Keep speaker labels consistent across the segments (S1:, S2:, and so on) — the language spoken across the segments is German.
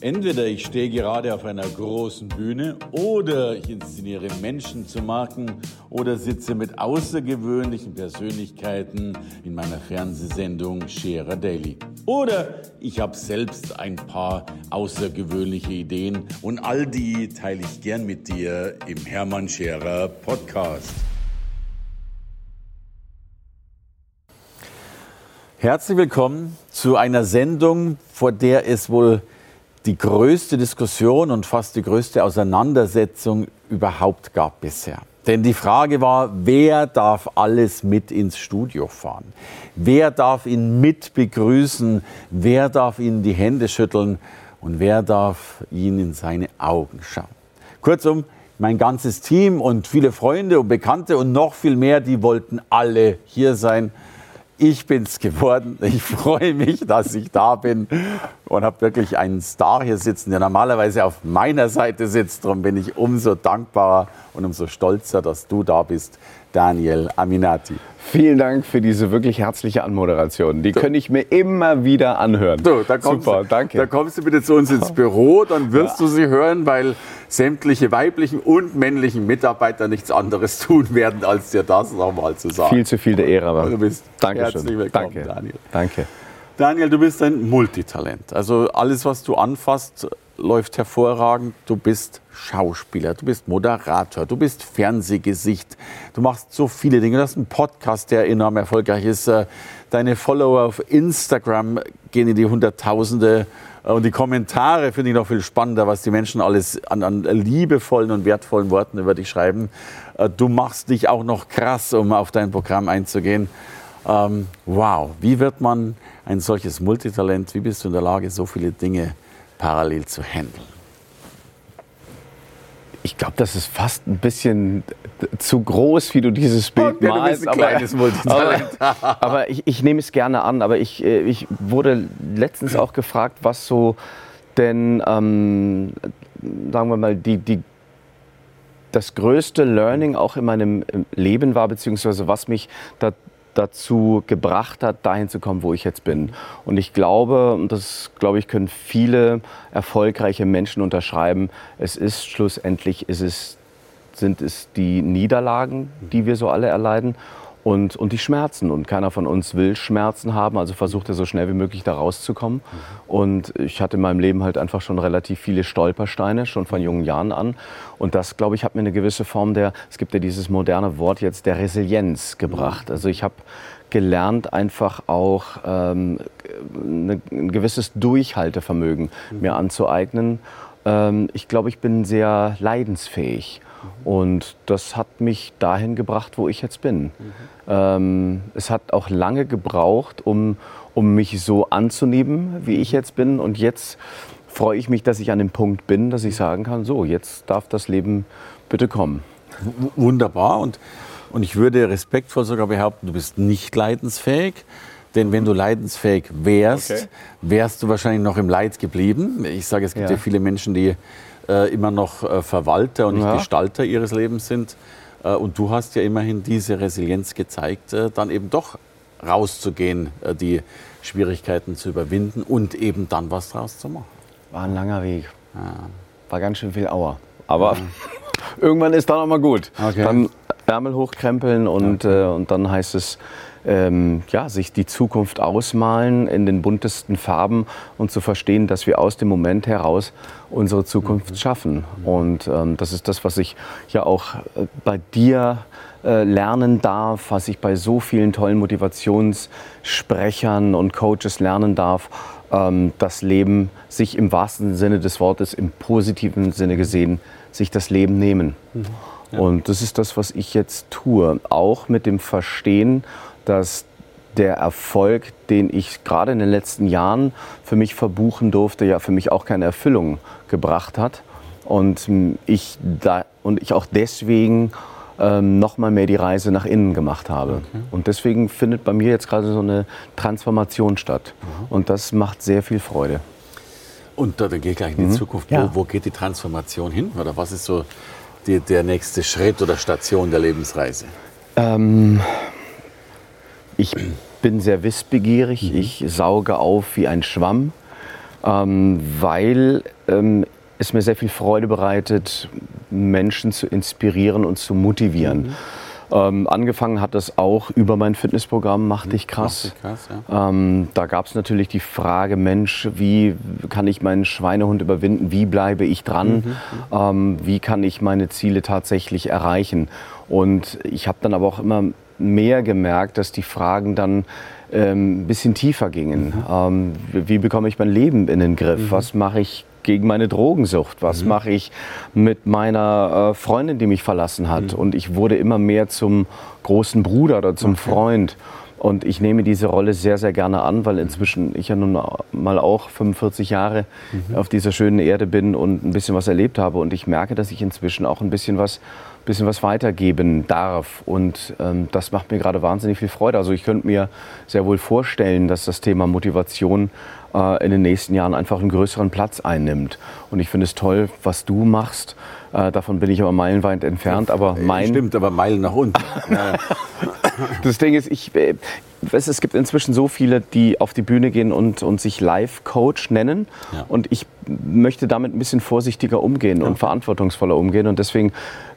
S1: Entweder ich stehe gerade auf einer großen Bühne oder ich inszeniere Menschen zu Marken oder sitze mit außergewöhnlichen Persönlichkeiten in meiner Fernsehsendung Scherer Daily. Oder ich habe selbst ein paar außergewöhnliche Ideen und all die teile ich gern mit dir im Hermann Scherer Podcast. Herzlich willkommen zu einer Sendung, vor der es wohl die größte Diskussion und fast die größte Auseinandersetzung überhaupt gab bisher. Denn die Frage war, wer darf alles mit ins Studio fahren? Wer darf ihn mit begrüßen? Wer darf ihm die Hände schütteln? Und wer darf ihn in seine Augen schauen? Kurzum, mein ganzes Team und viele Freunde und Bekannte und noch viel mehr, die wollten alle hier sein. Ich bin's geworden. Ich freue mich, dass ich da bin und habe wirklich einen Star hier sitzen, der normalerweise auf meiner Seite sitzt. Darum bin ich umso dankbarer und umso stolzer, dass du da bist, Daniel Aminati.
S2: Vielen Dank für diese wirklich herzliche Anmoderation. Die kann ich mir immer wieder anhören.
S1: Super, danke. Da kommst du bitte zu uns ins Büro, dann wirst du sie hören, weil sämtliche weiblichen und männlichen Mitarbeiter nichts anderes tun werden, als dir das nochmal zu sagen.
S2: Viel zu viel der Ehre. Aber
S1: du bist herzlich willkommen,
S2: Danke.
S1: Daniel.
S2: Danke.
S1: Daniel, du bist ein Multitalent. Also alles, was du anfasst, läuft hervorragend. Du bist Schauspieler, du bist Moderator, du bist Fernsehgesicht. Du machst so viele Dinge. Du hast einen Podcast, der enorm erfolgreich ist. Deine Follower auf Instagram gehen in die Hunderttausende. Und die Kommentare finde ich noch viel spannender, was die Menschen alles an liebevollen und wertvollen Worten über dich schreiben. Du machst dich auch noch krass, um auf dein Programm einzugehen. Wow, wie wird man ein solches Multitalent? Wie bist du in der Lage, so viele Dinge parallel zu handeln?
S2: Ich glaube, das ist fast ein bisschen zu groß, wie du dieses Bild malst. Aber ich nehme es gerne an. Aber ich wurde letztens auch gefragt, was so denn, sagen wir mal, das größte Learning auch in meinem Leben war, beziehungsweise was mich dazu gebracht hat, dahin zu kommen, wo ich jetzt bin. Und ich glaube, und das glaube ich, können viele erfolgreiche Menschen unterschreiben, es ist schlussendlich, sind es die Niederlagen, die wir so alle erleiden und die Schmerzen. Und keiner von uns will Schmerzen haben, also versucht er so schnell wie möglich da rauszukommen. Und ich hatte in meinem Leben halt einfach schon relativ viele Stolpersteine, schon von jungen Jahren an. Und das, glaube ich, hat mir eine gewisse Form es gibt ja dieses moderne Wort jetzt, der Resilienz gebracht. Also ich habe gelernt, einfach auch ein gewisses Durchhaltevermögen mir anzueignen. Ich glaube, ich bin sehr leidensfähig. Und das hat mich dahin gebracht, wo ich jetzt bin. Es hat auch lange gebraucht, um mich so anzunehmen, wie ich jetzt bin. Und jetzt freue ich mich, dass ich an dem Punkt bin, dass ich sagen kann, so, jetzt darf das Leben bitte kommen.
S1: Wunderbar. Und ich würde respektvoll sogar behaupten, du bist nicht leidensfähig. Denn wenn du leidensfähig wärst, wärst du wahrscheinlich noch im Leid geblieben. Ich sage, es gibt ja viele Menschen, die immer noch Verwalter und nicht Gestalter ihres Lebens sind. Und du hast ja immerhin diese Resilienz gezeigt, dann eben doch rauszugehen, die Schwierigkeiten zu überwinden und eben dann was draus zu machen.
S2: War ein langer Weg. War ganz schön viel Aua. Aber irgendwann ist dann auch mal gut. Dann Ärmel hochkrempeln und dann heißt es, sich die Zukunft ausmalen in den buntesten Farben und zu verstehen, dass wir aus dem Moment heraus unsere Zukunft schaffen. Und das ist das, was ich ja auch bei dir lernen darf, was ich bei so vielen tollen Motivationssprechern und Coaches lernen darf, das Leben sich im wahrsten Sinne des Wortes, im positiven Sinne gesehen, sich das Leben nehmen. Und das ist das, was ich jetzt tue, auch mit dem Verstehen, dass der Erfolg, den ich gerade in den letzten Jahren für mich verbuchen durfte, ja für mich auch keine Erfüllung gebracht hat. Und ich auch deswegen noch mal mehr die Reise nach innen gemacht habe. Und deswegen findet bei mir jetzt gerade so eine Transformation statt. Und das macht sehr viel Freude.
S1: Und da geht gleich in die Zukunft. Wo geht die Transformation hin? Oder was ist so der nächste Schritt oder Station der Lebensreise?
S2: Ich bin sehr wissbegierig, ich sauge auf wie ein Schwamm weil es mir sehr viel Freude bereitet, Menschen zu inspirieren und zu motivieren. Angefangen hat das auch über mein Fitnessprogramm Mach dich krass. Ja. Da gab es natürlich die Frage, Mensch, wie kann ich meinen Schweinehund überwinden? Wie bleibe ich dran? Wie kann ich meine Ziele tatsächlich erreichen? Und ich habe dann aber auch immer mehr gemerkt, dass die Fragen dann ein bisschen tiefer gingen. Wie bekomme ich mein Leben in den Griff? Was mache ich gegen meine Drogensucht? Was mache ich mit meiner Freundin, die mich verlassen hat? Und ich wurde immer mehr zum großen Bruder oder zum Freund. Und ich nehme diese Rolle sehr, sehr gerne an, weil inzwischen ich ja nun mal auch 45 Jahre auf dieser schönen Erde bin und ein bisschen was erlebt habe. Und ich merke, dass ich inzwischen auch ein bisschen was weitergeben darf. Und das macht mir gerade wahnsinnig viel Freude. Also ich könnte mir sehr wohl vorstellen, dass das Thema Motivation in den nächsten Jahren einfach einen größeren Platz einnimmt. Und ich finde es toll, was du machst. Davon bin ich aber meilenweit entfernt. Aber
S1: Stimmt, aber Meilen nach unten.
S2: Das Ding ist, es gibt inzwischen so viele, die auf die Bühne gehen und sich Life-Coach nennen. Ja. Und ich möchte damit ein bisschen vorsichtiger umgehen und verantwortungsvoller umgehen. Und deswegen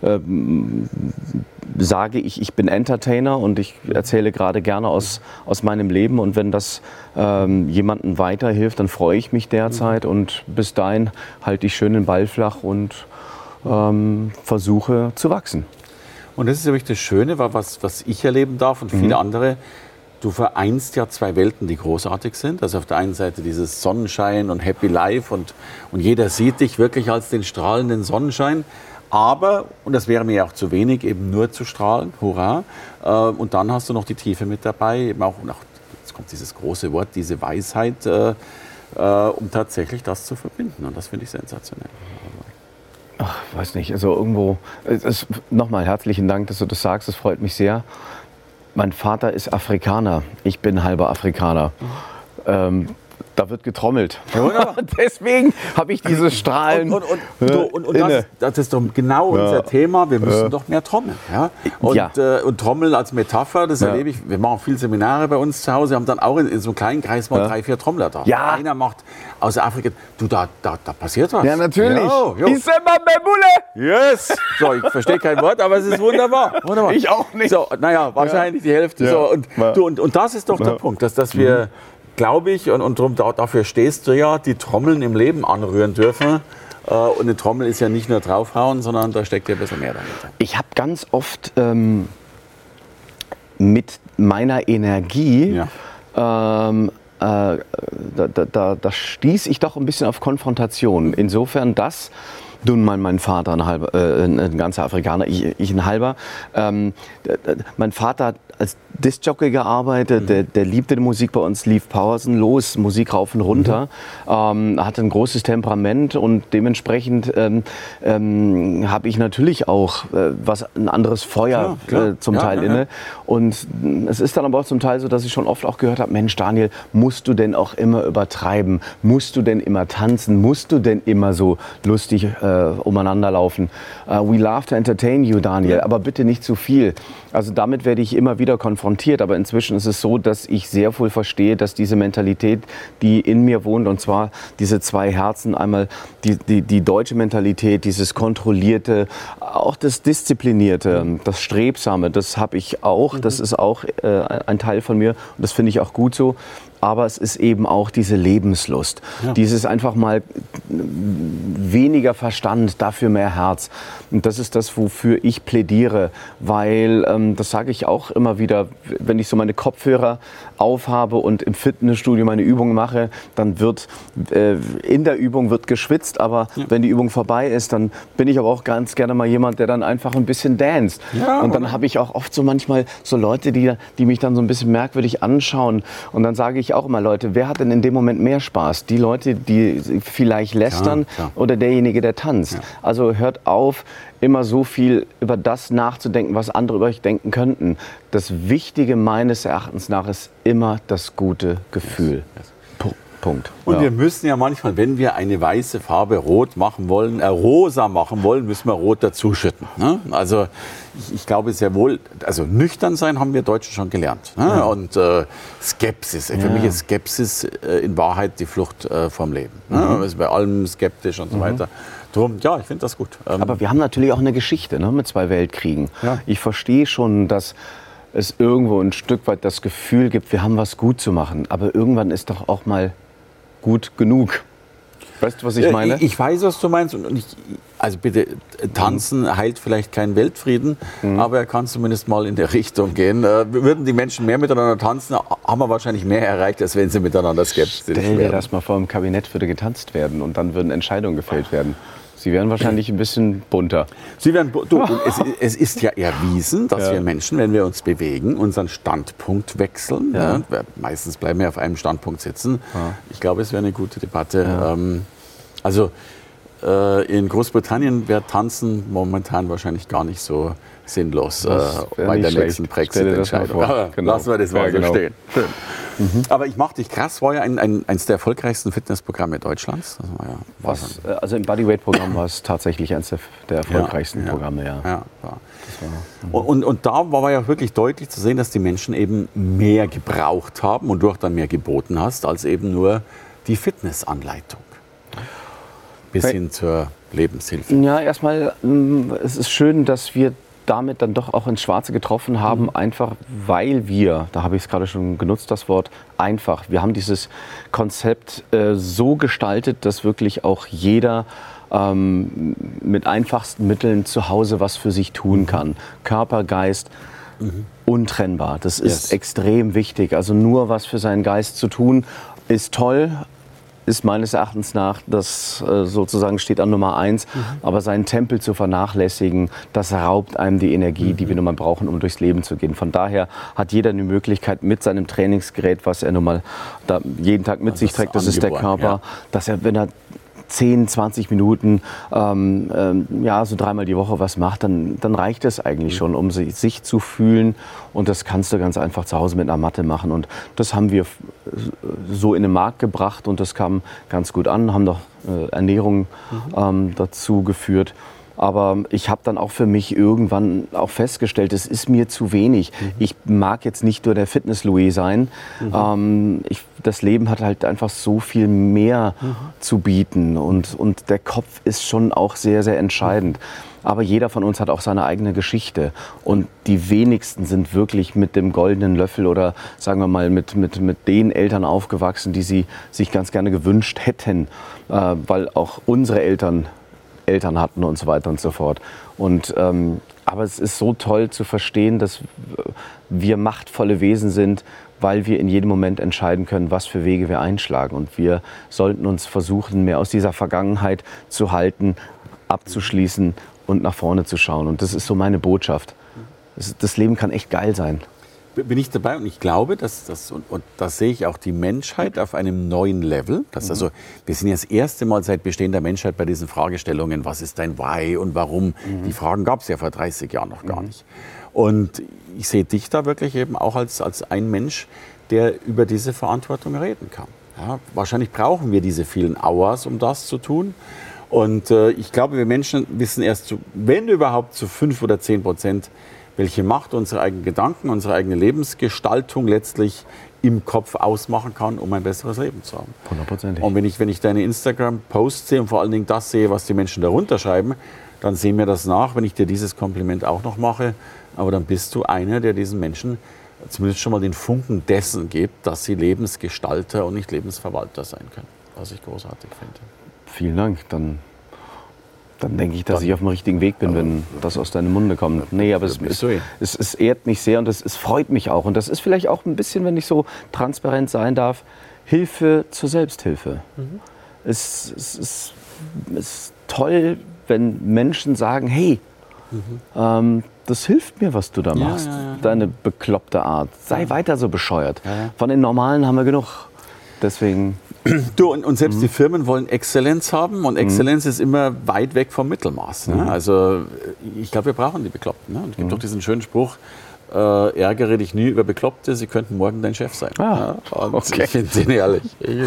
S2: sage ich bin Entertainer und ich erzähle gerade gerne aus meinem Leben. Und wenn das jemandem weiterhilft, dann freue ich mich derzeit. Und bis dahin halte ich schön den Ball flach und versuche zu wachsen.
S1: Und das ist nämlich das Schöne, was ich erleben darf und viele andere. Du vereinst ja zwei Welten, die großartig sind. Also auf der einen Seite dieses Sonnenschein und Happy Life und jeder sieht dich wirklich als den strahlenden Sonnenschein. Aber, und das wäre mir auch zu wenig, eben nur zu strahlen, hurra. Und dann hast du noch die Tiefe mit dabei, eben auch, jetzt kommt dieses große Wort, diese Weisheit, um tatsächlich das zu verbinden. Und das finde ich sensationell.
S2: Ach, weiß nicht, also irgendwo, nochmal herzlichen Dank, dass du das sagst, das freut mich sehr. Mein Vater ist Afrikaner, ich bin halber Afrikaner. Da wird getrommelt. Ja, deswegen habe ich diese Strahlen.
S1: Und das ist doch genau unser Thema. Wir müssen doch mehr trommeln. Ja? Und Trommeln als Metapher, das erlebe ich. Wir machen viele Seminare bei uns zu Hause, haben dann auch in so einem kleinen Kreis mal 3, 4 Trommler da.
S2: Ja.
S1: Einer macht aus Afrika, da passiert was.
S2: Ja, natürlich.
S1: Yes. So, ich verstehe kein Wort, aber es ist wunderbar.
S2: Ich auch nicht.
S1: So, naja, wahrscheinlich die Hälfte. Ja. So, und das ist doch der Punkt, dass wir, glaube ich, und dafür stehst du ja, die Trommeln im Leben anrühren dürfen. Und eine Trommel ist ja nicht nur draufhauen, sondern da steckt ja ein bisschen mehr dahinter.
S2: Ich habe ganz oft mit meiner Energie, da stieß ich doch ein bisschen auf Konfrontation. Insofern, dass nun mal mein Vater ein ganzer Afrikaner, ich ein halber. Mein Vater hat als Diskjockey gearbeitet, der liebte die Musik bei uns, lief pausenlos, Musik rauf und runter, hatte ein großes Temperament und dementsprechend habe ich natürlich auch ein anderes Feuer zum Teil inne. Und es ist dann aber auch zum Teil so, dass ich schon oft auch gehört habe, Mensch Daniel, musst du denn auch immer übertreiben? Musst du denn immer tanzen? Musst du denn immer so lustig umeinander laufen? We love to entertain you, Daniel, aber bitte nicht zu viel. Also damit werde ich immer wieder konfrontiert, aber inzwischen ist es so, dass ich sehr wohl verstehe, dass diese Mentalität, die in mir wohnt, und zwar diese zwei Herzen, einmal die deutsche Mentalität, dieses Kontrollierte, auch das Disziplinierte, das Strebsame, das habe ich auch, das ist auch ein Teil von mir und das finde ich auch gut so. Aber es ist eben auch diese Lebenslust, dieses einfach mal weniger Verstand, dafür mehr Herz. Und das ist das, wofür ich plädiere, weil, das sage ich auch immer wieder, wenn ich so meine Kopfhörer aufhabe und im Fitnessstudio meine Übungen mache, dann wird in der Übung wird geschwitzt, aber wenn die Übung vorbei ist, dann bin ich aber auch ganz gerne mal jemand, der dann einfach ein bisschen danced. Ja, und dann habe ich auch oft so manchmal so Leute, die mich dann so ein bisschen merkwürdig anschauen und dann sage ich auch immer, Leute, wer hat denn in dem Moment mehr Spaß? Die Leute, die vielleicht lästern oder derjenige, der tanzt? Ja. Also hört auf, immer so viel über das nachzudenken, was andere über euch denken könnten. Das Wichtige meines Erachtens nach ist immer das gute Gefühl.
S1: Yes.
S2: Punkt.
S1: Und wir müssen ja manchmal, wenn wir eine weiße Farbe rot machen wollen, rosa machen wollen, müssen wir rot dazuschütten. Ne? Also ich glaube sehr wohl, also nüchtern sein haben wir Deutschen schon gelernt. Ne? Ja. Und Skepsis, für mich ist Skepsis in Wahrheit die Flucht vom Leben. Ne? Man ist bei allem skeptisch und so weiter. Drum, ja, ich finde das gut.
S2: Aber wir haben natürlich auch eine Geschichte, ne, mit 2 Weltkriegen. Ja. Ich verstehe schon, dass es irgendwo ein Stück weit das Gefühl gibt, wir haben was gut zu machen. Aber irgendwann ist doch auch mal gut genug. Weißt du, was ich meine?
S1: Ich weiß, was du meinst. Und also bitte, tanzen heilt vielleicht keinen Weltfrieden, aber er kann zumindest mal in der Richtung gehen. Würden die Menschen mehr miteinander tanzen, haben wir wahrscheinlich mehr erreicht, als wenn sie miteinander skeptisch sind.
S2: Stell dir das mal vor, im Kabinett würde getanzt werden und dann würden Entscheidungen gefällt werden. Sie wären wahrscheinlich ein bisschen bunter.
S1: Es ist ja erwiesen, dass wir Menschen, wenn wir uns bewegen, unseren Standpunkt wechseln. Ja. Ja, meistens bleiben wir auf einem Standpunkt sitzen. Ja. Ich glaube, es wäre eine gute Debatte. Ja. In Großbritannien wäre Tanzen momentan wahrscheinlich gar nicht so sinnlos bei der nächsten Brexit-Entscheidung. Genau. Lassen wir das mal so stehen. Schön. Aber ich mache dich krass, war ja eines der erfolgreichsten Fitnessprogramme Deutschlands. Das war
S2: also im Bodyweight-Programm war es tatsächlich eines der erfolgreichsten Programme. Ja.
S1: Und da war ja wirklich deutlich zu sehen, dass die Menschen eben mehr gebraucht haben und du auch dann mehr geboten hast, als eben nur die Fitnessanleitung. Bis hin zur Lebenshilfe.
S2: Ja, erstmal, es ist schön, dass wir damit dann doch auch ins Schwarze getroffen haben, einfach weil wir, da habe ich es gerade schon genutzt, das Wort, einfach, wir haben dieses Konzept so gestaltet, dass wirklich auch jeder mit einfachsten Mitteln zu Hause was für sich tun kann. Körper, Geist, untrennbar. Das ist extrem wichtig. Also nur was für seinen Geist zu tun, ist toll, ist meines Erachtens nach, das sozusagen steht an Nummer 1, aber seinen Tempel zu vernachlässigen, das raubt einem die Energie, die wir nun mal brauchen, um durchs Leben zu gehen. Von daher hat jeder eine Möglichkeit mit seinem Trainingsgerät, was er nun mal da jeden Tag mit sich trägt, das ist der Körper, dass er, wenn er 10, 20 Minuten, so 3-mal die Woche was macht, dann reicht es eigentlich schon, um sich zu fühlen. Und das kannst du ganz einfach zu Hause mit einer Matte machen. Und das haben wir so in den Markt gebracht und das kam ganz gut an, haben noch Ernährung dazu geführt. Aber ich habe dann auch für mich irgendwann auch festgestellt, es ist mir zu wenig. Ich mag jetzt nicht nur der Fitness-Louis sein. Das Leben hat halt einfach so viel mehr zu bieten. Und der Kopf ist schon auch sehr, sehr entscheidend. Aber jeder von uns hat auch seine eigene Geschichte. Und die wenigsten sind wirklich mit dem goldenen Löffel oder sagen wir mal mit den Eltern aufgewachsen, die sie sich ganz gerne gewünscht hätten. Weil auch unsere Eltern hatten und so weiter und so fort. Aber es ist so toll zu verstehen, dass wir machtvolle Wesen sind, weil wir in jedem Moment entscheiden können, was für Wege wir einschlagen. Und wir sollten uns versuchen, mehr aus dieser Vergangenheit zu halten, abzuschließen und nach vorne zu schauen. Und das ist so meine Botschaft. Das Leben kann echt geil sein.
S1: Bin ich dabei und ich glaube, dass das sehe ich auch die Menschheit auf einem neuen Level. Also, wir sind ja das erste Mal seit Bestehen der Menschheit bei diesen Fragestellungen, was ist dein Why und warum. Die Fragen gab es ja vor 30 Jahren noch gar nicht. Und ich sehe dich da wirklich eben auch als ein Mensch, der über diese Verantwortung reden kann. Ja, wahrscheinlich brauchen wir diese vielen Hours, um das zu tun. Und ich glaube, wir Menschen wissen erst, wenn überhaupt, zu 5 oder 10%, welche Macht unsere eigenen Gedanken, unsere eigene Lebensgestaltung letztlich im Kopf ausmachen kann, um ein besseres Leben zu haben.
S2: 100%.
S1: Und wenn ich deine Instagram-Posts sehe und vor allen Dingen das sehe, was die Menschen darunter schreiben, dann sehen wir das nach, wenn ich dir dieses Kompliment auch noch mache. Aber dann bist du einer, der diesen Menschen zumindest schon mal den Funken dessen gibt, dass sie Lebensgestalter und nicht Lebensverwalter sein können. Was ich großartig finde.
S2: Vielen Dank. Dann denke ich, dass ich auf dem richtigen Weg bin, wenn das aus deinem Munde kommt. Nee, aber es ehrt mich sehr und es freut mich auch. Und das ist vielleicht auch ein bisschen, wenn ich so transparent sein darf, Hilfe zur Selbsthilfe. Es ist toll, wenn Menschen sagen, hey, das hilft mir, was du da machst, deine bekloppte Art. Sei weiter so bescheuert. Von den Normalen haben wir genug. Deswegen...
S1: Du, und selbst die Firmen wollen Exzellenz haben und Exzellenz ist immer weit weg vom Mittelmaß. Ne? Also ich glaube, wir brauchen die Bekloppten. Ne? Und es gibt doch diesen schönen Spruch, ärgere dich nie über Bekloppte, sie könnten morgen dein Chef sein.
S2: Okay.
S1: Ich finde den ehrlich.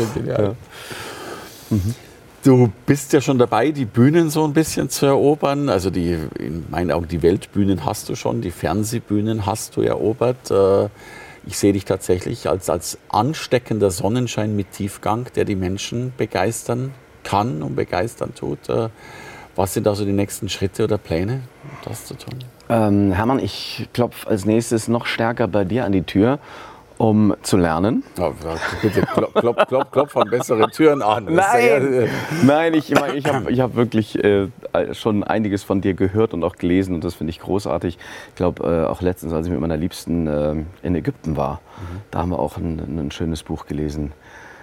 S1: Du bist ja schon dabei, die Bühnen so ein bisschen zu erobern. Also in meinen Augen die Weltbühnen hast du schon, die Fernsehbühnen hast du erobert. Ich sehe dich tatsächlich als ansteckender Sonnenschein mit Tiefgang, der die Menschen begeistern kann und begeistern tut. Was sind also die nächsten Schritte oder Pläne, das zu tun?
S2: Hermann, ich klopfe als nächstes noch stärker bei dir an die Tür, um zu lernen.
S1: Ja, bitte klopf an bessere Türen an.
S2: Nein, ich hab wirklich schon einiges von dir gehört und auch gelesen und das finde ich großartig. Ich glaube, auch letztens, als ich mit meiner Liebsten in Ägypten war, da haben wir auch ein schönes Buch gelesen.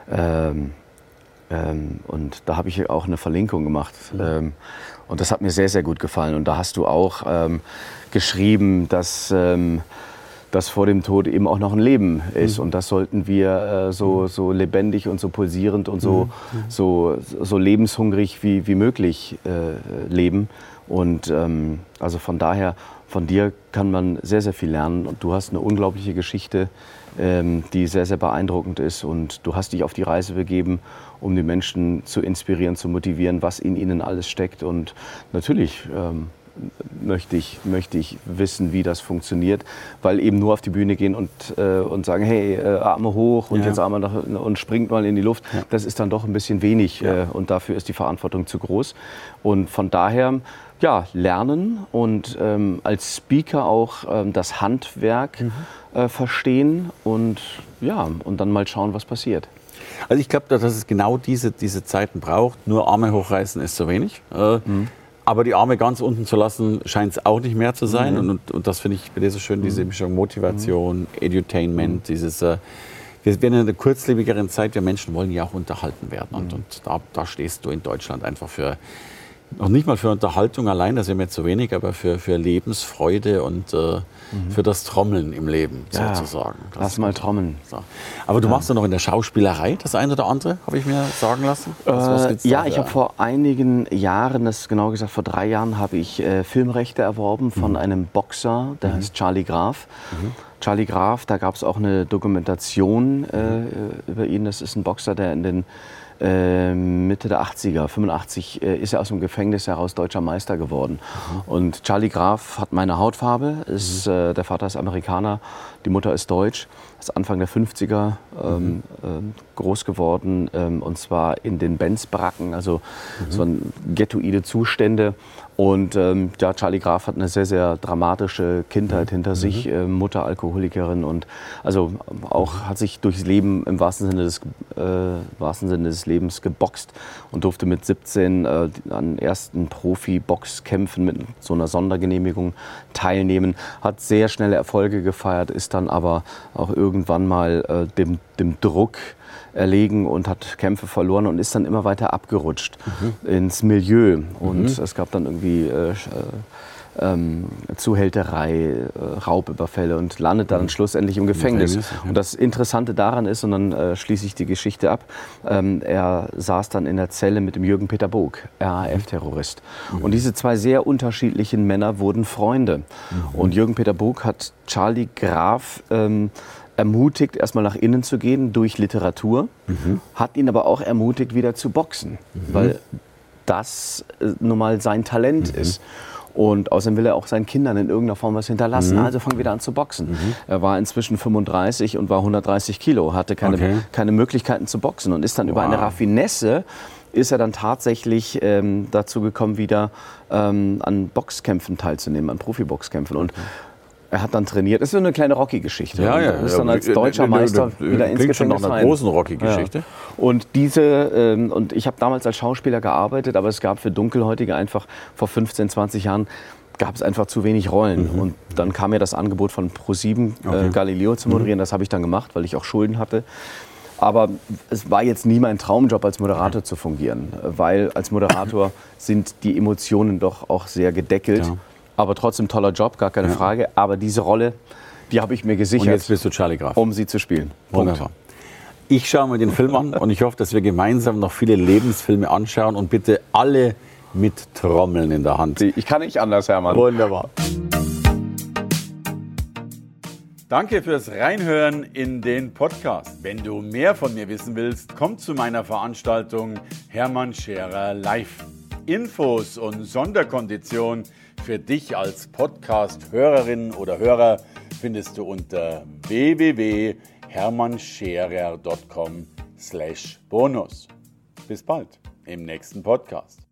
S2: Und da habe ich auch eine Verlinkung gemacht. Und das hat mir sehr, sehr gut gefallen. Und da hast du auch geschrieben, dass vor dem Tod eben auch noch ein Leben ist. Und das sollten wir so lebendig und so pulsierend und so lebenshungrig wie möglich leben. Und also von daher, von dir kann man sehr, sehr viel lernen. Und du hast eine unglaubliche Geschichte, die sehr, sehr beeindruckend ist. Und du hast dich auf die Reise begeben, um die Menschen zu inspirieren, zu motivieren, was in ihnen alles steckt. Und natürlich möchte ich wissen, wie das funktioniert, weil eben nur auf die Bühne gehen und sagen, hey, Arme hoch und jetzt Arme nach und springt mal in die Luft, das ist dann doch ein bisschen wenig und dafür ist die Verantwortung zu groß. Und von daher, lernen und als Speaker auch das Handwerk verstehen und dann mal schauen, was passiert.
S1: Also ich glaube, dass es genau diese Zeiten braucht. Nur Arme hochreißen ist zu wenig. Aber die Arme ganz unten zu lassen, scheint es auch nicht mehr zu sein. Und das finde ich bei dir so schön, diese Mischung Motivation, Edutainment, dieses... Wir werden in einer kurzlebigeren Zeit, wir Menschen wollen ja auch unterhalten werden. Und da stehst du in Deutschland einfach für... Noch nicht mal für Unterhaltung allein, das ist mir zu wenig, aber für Lebensfreude und für das Trommeln im Leben sozusagen.
S2: Lass mal trommeln.
S1: So. Aber du machst ja noch in der Schauspielerei das eine oder andere, habe ich mir sagen lassen.
S2: Ich habe vor einigen Jahren, das ist genau gesagt vor 3 Jahren, habe ich Filmrechte erworben von einem Boxer, der heißt Charlie Graf. Charlie Graf, da gab es auch eine Dokumentation über ihn. Das ist ein Boxer, der in den Mitte der 80er, 85, ist er aus dem Gefängnis heraus deutscher Meister geworden. Und Charlie Graf hat meine Hautfarbe, der Vater ist Amerikaner, die Mutter ist deutsch, ist Anfang der 50er groß geworden und zwar in den Benz-Baracken, also so ghettoide Zustände. Und Charlie Graf hat eine sehr, sehr dramatische Kindheit hinter sich, Mutter Alkoholikerin und also auch hat sich durchs Leben im wahrsten Sinne des Lebens geboxt und durfte mit 17 an ersten Profi-Boxkämpfen mit so einer Sondergenehmigung teilnehmen, hat sehr schnelle Erfolge gefeiert, ist dann aber auch irgendwann mal dem Druck erlegen und hat Kämpfe verloren und ist dann immer weiter abgerutscht ins Milieu. Und es gab dann irgendwie Zuhälterei, Raubüberfälle und landet dann schlussendlich im Gefängnis. Und das Interessante daran ist, und dann schließe ich die Geschichte ab, er saß dann in der Zelle mit dem Jürgen Peter Boock, RAF-Terrorist. Und diese 2 sehr unterschiedlichen Männer wurden Freunde. Und Jürgen Peter Boock hat Charlie Graf ermutigt, erstmal nach innen zu gehen durch Literatur, hat ihn aber auch ermutigt, wieder zu boxen, weil das nun mal sein Talent ist. Und außerdem will er auch seinen Kindern in irgendeiner Form was hinterlassen. Also fang wieder an zu boxen. Er war inzwischen 35 und war 130 Kilo, hatte keine Möglichkeiten zu boxen und ist dann über eine Raffinesse ist er dann tatsächlich dazu gekommen, wieder an Boxkämpfen teilzunehmen, an Profiboxkämpfen. Und er hat dann trainiert. Das ist so eine kleine Rocky-Geschichte. Er ist dann als deutscher Meister wieder ins Gefängnis rein.
S1: Eine große Rocky-Geschichte.
S2: Und und ich habe damals als Schauspieler gearbeitet, aber es gab für Dunkelhäutige einfach vor 15, 20 Jahren gab es einfach zu wenig Rollen. Und dann kam mir das Angebot von ProSieben, Galileo zu moderieren. Das habe ich dann gemacht, weil ich auch Schulden hatte. Aber es war jetzt nie mein Traumjob, als Moderator zu fungieren, weil als Moderator sind die Emotionen doch auch sehr gedeckelt. Ja. Aber trotzdem toller Job, gar keine Frage. Aber diese Rolle, die habe ich mir gesichert.
S1: Und jetzt bist du Charlie Graf.
S2: Um sie zu spielen.
S1: Wunderbar. Ich schaue mir den Film an und ich hoffe, dass wir gemeinsam noch viele Lebensfilme anschauen und bitte alle mit Trommeln in der Hand.
S2: Ich kann nicht anders, Hermann.
S1: Wunderbar. Danke fürs Reinhören in den Podcast. Wenn du mehr von mir wissen willst, komm zu meiner Veranstaltung Hermann Scherer Live. Infos und Sonderkonditionen für dich als Podcast-Hörerin oder Hörer findest du unter www.hermannscherer.com/bonus. Bis bald im nächsten Podcast.